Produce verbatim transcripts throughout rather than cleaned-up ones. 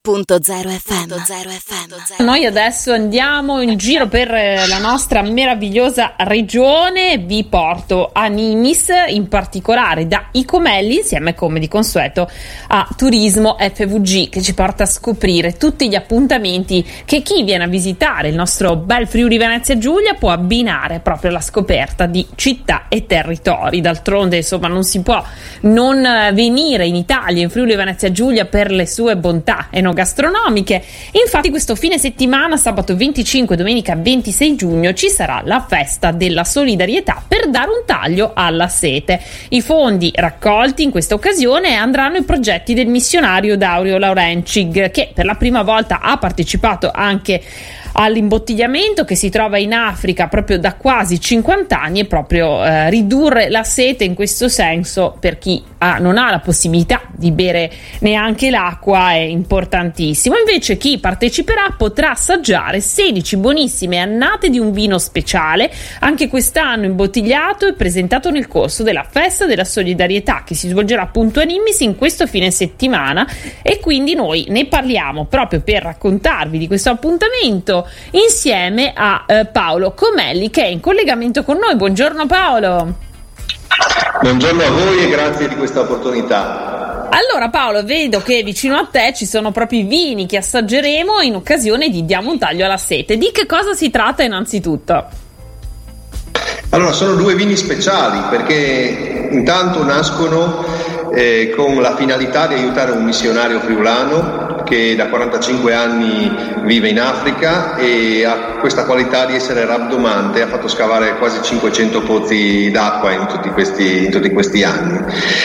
Punto zero F M. Noi adesso andiamo in giro per la nostra meravigliosa regione. Vi porto a Nimis, in particolare da Icomelli, insieme come di consueto a Turismo F V G, che ci porta a scoprire tutti gli appuntamenti che chi viene a visitare il nostro bel Friuli Venezia Giulia può abbinare proprio alla scoperta di città e territori. D'altronde, insomma, non si può non venire in Italia, in Friuli Venezia Giulia, per le sue bontà enogastronomiche. Infatti questo fine settimana, sabato venticinque, domenica ventisei giugno, ci sarà la festa della solidarietà per dare un taglio alla sete. I fondi raccolti in questa occasione andranno ai progetti del missionario Dario Laurencig, che per la prima volta ha partecipato anche all'imbottigliamento, che si trova in Africa proprio da quasi cinquanta anni, e proprio eh, ridurre la sete in questo senso per chi ha, non ha la possibilità di bere neanche l'acqua è importantissimo. Invece chi parteciperà potrà assaggiare sedici buonissime annate di un vino speciale, anche quest'anno imbottigliato e presentato nel corso della festa della solidarietà, che si svolgerà appunto a Nimis in questo fine settimana, e quindi noi ne parliamo proprio per raccontarvi di questo appuntamento insieme a eh, Paolo Comelli, che è in collegamento con noi. Buongiorno Paolo. Buongiorno a voi e grazie di questa opportunità. Allora Paolo, vedo che vicino a te ci sono proprio i vini che assaggeremo in occasione di Diamo un taglio alla sete. Di che cosa si tratta innanzitutto? Allora, sono due vini speciali perché intanto nascono eh, con la finalità di aiutare un missionario friulano che da quarantacinque anni vive in Africa e ha questa qualità di essere rabdomante, ha fatto scavare quasi cinquecento pozzi d'acqua in tutti questi, in tutti questi anni.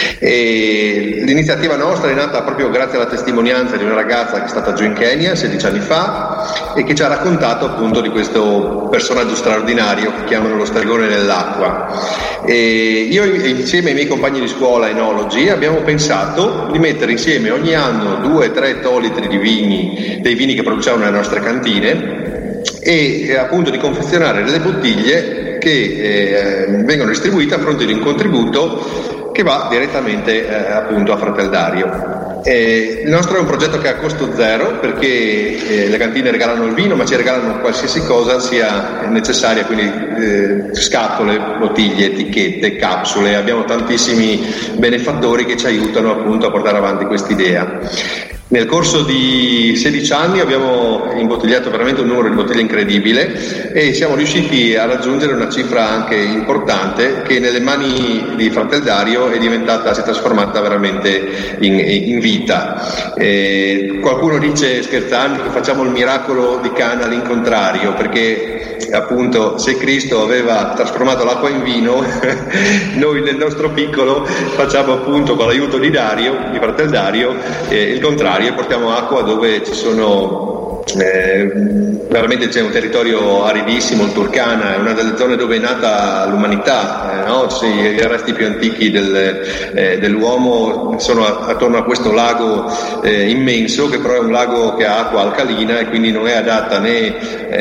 E l'iniziativa nostra è nata proprio grazie alla testimonianza di una ragazza che è stata giù in Kenya sedici anni fa e che ci ha raccontato appunto di questo personaggio straordinario che chiamano lo stregone dell'acqua. E io insieme ai miei compagni di scuola enologi abbiamo pensato di mettere insieme ogni anno due tre ettolitri di vini, dei vini che produciamo nelle nostre cantine, e appunto di confezionare delle bottiglie che eh, vengono distribuite a fronte di un contributo che va direttamente eh, appunto a Fratel Dario. Eh, il nostro è un progetto che ha costo zero perché eh, le cantine regalano il vino, ma ci regalano qualsiasi cosa sia necessaria, quindi eh, scatole, bottiglie, etichette, capsule. Abbiamo tantissimi benefattori che ci aiutano appunto a portare avanti quest'idea. Nel corso di sedici anni abbiamo imbottigliato veramente un numero di bottiglie incredibile e siamo riusciti a raggiungere una cifra anche importante che nelle mani di Fratel Dario è diventata, si è trasformata veramente in, in vita. E qualcuno dice scherzando che facciamo il miracolo di Cana all'incontrario, perché appunto se Cristo aveva trasformato l'acqua in vino noi nel nostro piccolo facciamo appunto con l'aiuto di Dario, di Fratel Dario, eh, il contrario, e portiamo acqua dove ci sono eh, veramente c'è un territorio aridissimo. Il Turkana è una delle zone dove è nata l'umanità, eh, no? Sì, i resti più antichi del, eh, dell'uomo sono attorno a questo lago eh, immenso, che però è un lago che ha acqua alcalina e quindi non è adatta né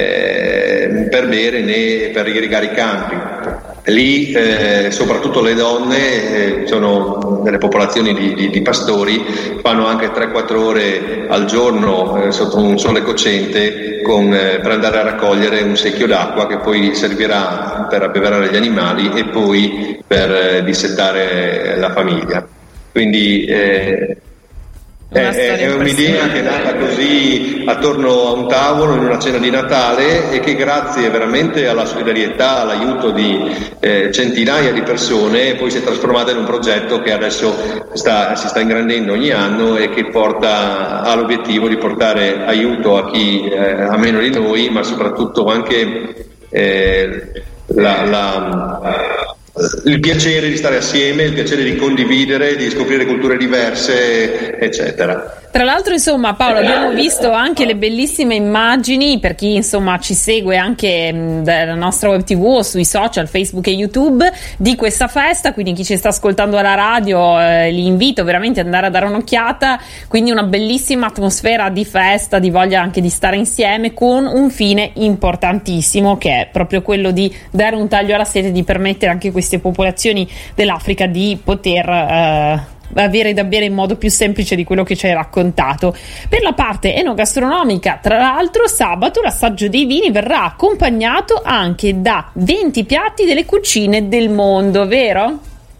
eh, per bere né per irrigare i campi. Lì eh, soprattutto le donne, eh, sono delle popolazioni di, di, di pastori, fanno anche tre quattro ore al giorno eh, sotto un sole cocente con, eh, per andare a raccogliere un secchio d'acqua che poi servirà per abbeverare gli animali e poi per eh, dissettare la famiglia. Quindi eh, È, è un'idea che è nata così attorno a un tavolo in una cena di Natale e che grazie veramente alla solidarietà, all'aiuto di eh, centinaia di persone poi si è trasformata in un progetto che adesso sta, si sta ingrandendo ogni anno e che porta all'obiettivo di portare aiuto a chi eh, ha meno di noi, ma soprattutto anche eh, la, la il piacere di stare assieme, il piacere di condividere, di scoprire culture diverse, eccetera. Tra l'altro, insomma, Paolo, abbiamo visto anche le bellissime immagini, per chi insomma ci segue anche mh, dalla nostra web tv o sui social, Facebook e YouTube, di questa festa, quindi chi ci sta ascoltando alla radio eh, li invito veramente ad andare a dare un'occhiata, quindi una bellissima atmosfera di festa, di voglia anche di stare insieme, con un fine importantissimo che è proprio quello di dare un taglio alla sete, di permettere anche queste popolazioni dell'Africa di poter eh, avere da bere in modo più semplice di quello che ci hai raccontato. Per la parte enogastronomica, tra l'altro, sabato l'assaggio dei vini verrà accompagnato anche da venti piatti delle cucine del mondo, vero?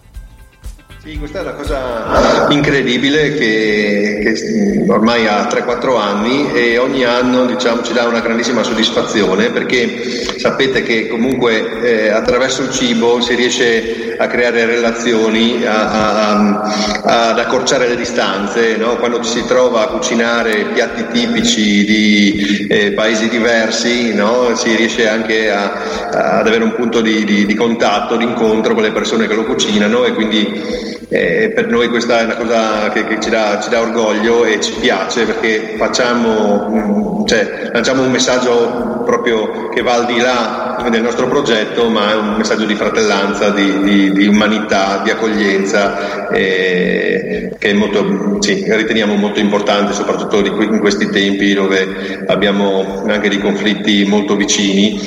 Sì, questa è una cosa incredibile che, che ormai ha tre quattro anni e ogni anno, diciamo, ci dà una grandissima soddisfazione, perché sapete che comunque eh, attraverso il cibo si riesce a creare relazioni, a, a, a, ad accorciare le distanze, no? Quando ci si trova a cucinare piatti tipici di eh, paesi diversi, no? Si riesce anche a, a, ad avere un punto di, di, di contatto, di incontro con le persone che lo cucinano, e quindi Eh, per noi questa è una cosa che, che ci, dà, ci dà orgoglio e ci piace, perché facciamo, cioè, lanciamo un messaggio proprio che va al di là del nostro progetto, ma è un messaggio di fratellanza, di, di, di umanità, di accoglienza, eh, che è molto, sì, riteniamo molto importante, soprattutto in questi tempi dove abbiamo anche dei conflitti molto vicini,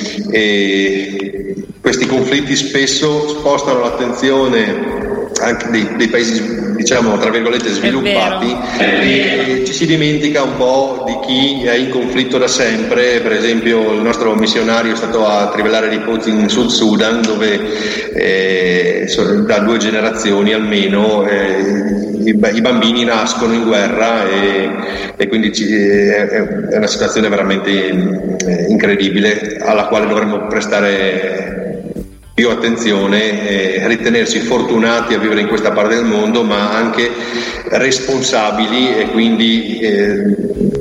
e questi conflitti spesso spostano l'attenzione anche dei, dei paesi, diciamo, tra virgolette sviluppati, e ci si dimentica un po' di chi è in conflitto da sempre. Per esempio il nostro missionario è stato a Trivellare dei Pozzi in Sud Sudan, dove eh, da due generazioni almeno eh, i, i bambini nascono in guerra, e, e quindi ci, è, è una situazione veramente incredibile alla quale dovremmo prestare più attenzione, eh, ritenersi fortunati a vivere in questa parte del mondo, ma anche responsabili, e quindi eh,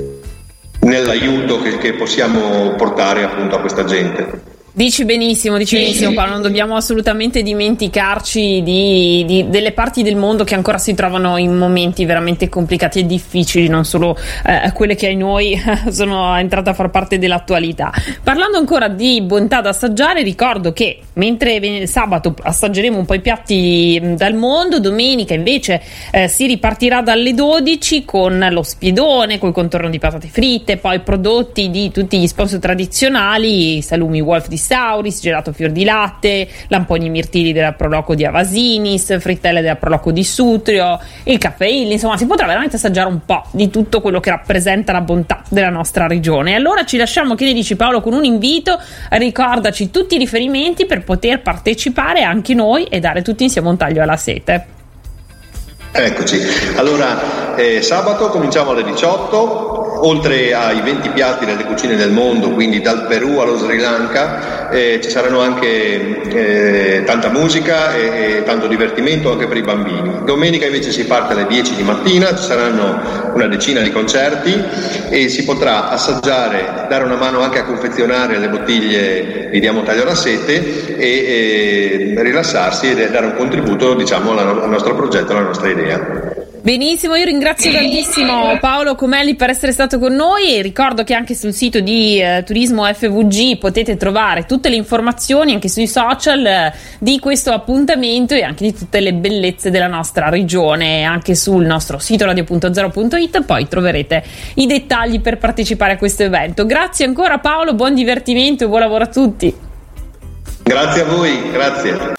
nell'aiuto che, che possiamo portare appunto a questa gente. Dici benissimo, dici benissimo Paolo, non dobbiamo assolutamente dimenticarci di, di, delle parti del mondo che ancora si trovano in momenti veramente complicati e difficili, non solo eh, quelle che ai noi sono entrate a far parte dell'attualità. Parlando ancora di bontà da assaggiare, ricordo che mentre sabato assaggeremo un po' i piatti dal mondo, domenica invece eh, si ripartirà dalle dodici con lo spiedone, col contorno di patate fritte, poi prodotti di tutti gli sponsor tradizionali, salumi Wolf di Sauris, gelato fior di latte, lamponi mirtilli della Proloco di Avasinis, frittelle della Proloco di Sutrio, il caffè Illy, insomma si potrà veramente assaggiare un po' di tutto quello che rappresenta la bontà della nostra regione. E allora ci lasciamo, che ne dici Paolo, con un invito: ricordaci tutti i riferimenti per poter partecipare anche noi e dare tutti insieme un taglio alla sete. Eccoci, allora eh, sabato cominciamo alle diciotto. Oltre ai venti piatti delle cucine del mondo, quindi dal Perù allo Sri Lanka, eh, ci saranno anche eh, tanta musica e, e tanto divertimento anche per i bambini. Domenica invece si parte alle dieci di mattina, ci saranno una decina di concerti e si potrà assaggiare, dare una mano anche a confezionare le bottiglie di Diamo Taglio alla Sete e, e rilassarsi e dare un contributo, diciamo, alla, al nostro progetto, alla nostra idea. Benissimo, io ringrazio tantissimo Paolo Comelli per essere stato con noi, e ricordo che anche sul sito di eh, Turismo F V G potete trovare tutte le informazioni anche sui social eh, di questo appuntamento e anche di tutte le bellezze della nostra regione. Anche sul nostro sito radio punto zero punto it poi troverete i dettagli per partecipare a questo evento. Grazie ancora Paolo, buon divertimento e buon lavoro a tutti. Grazie a voi, grazie.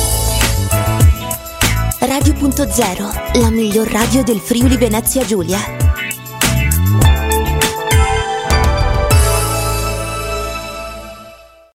Radio punto zero, la miglior radio del Friuli Venezia Giulia.